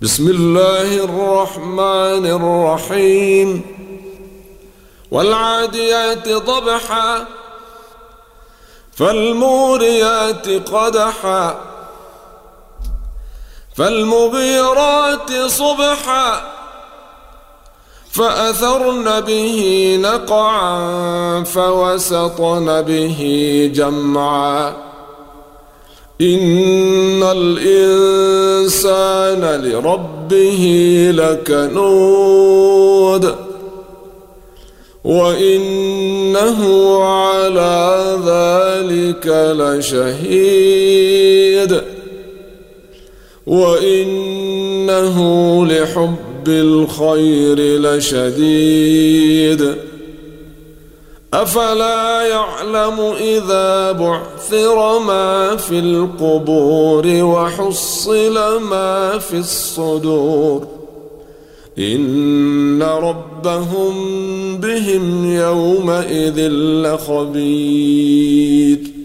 بسم الله الرحمن الرحيم والعاديات ضبحا فالموريات قدحا فالمغيرات صبحا فأثرن به نقعا فوسطن به جمعا إن الإنسان لربه لكنود وإنه على ذلك لشهيد وإنه لحب الخير لشديد أفلا يعلم إذا بعثر ما في القبور وحصل ما في الصدور إن ربهم بهم يومئذ لخبير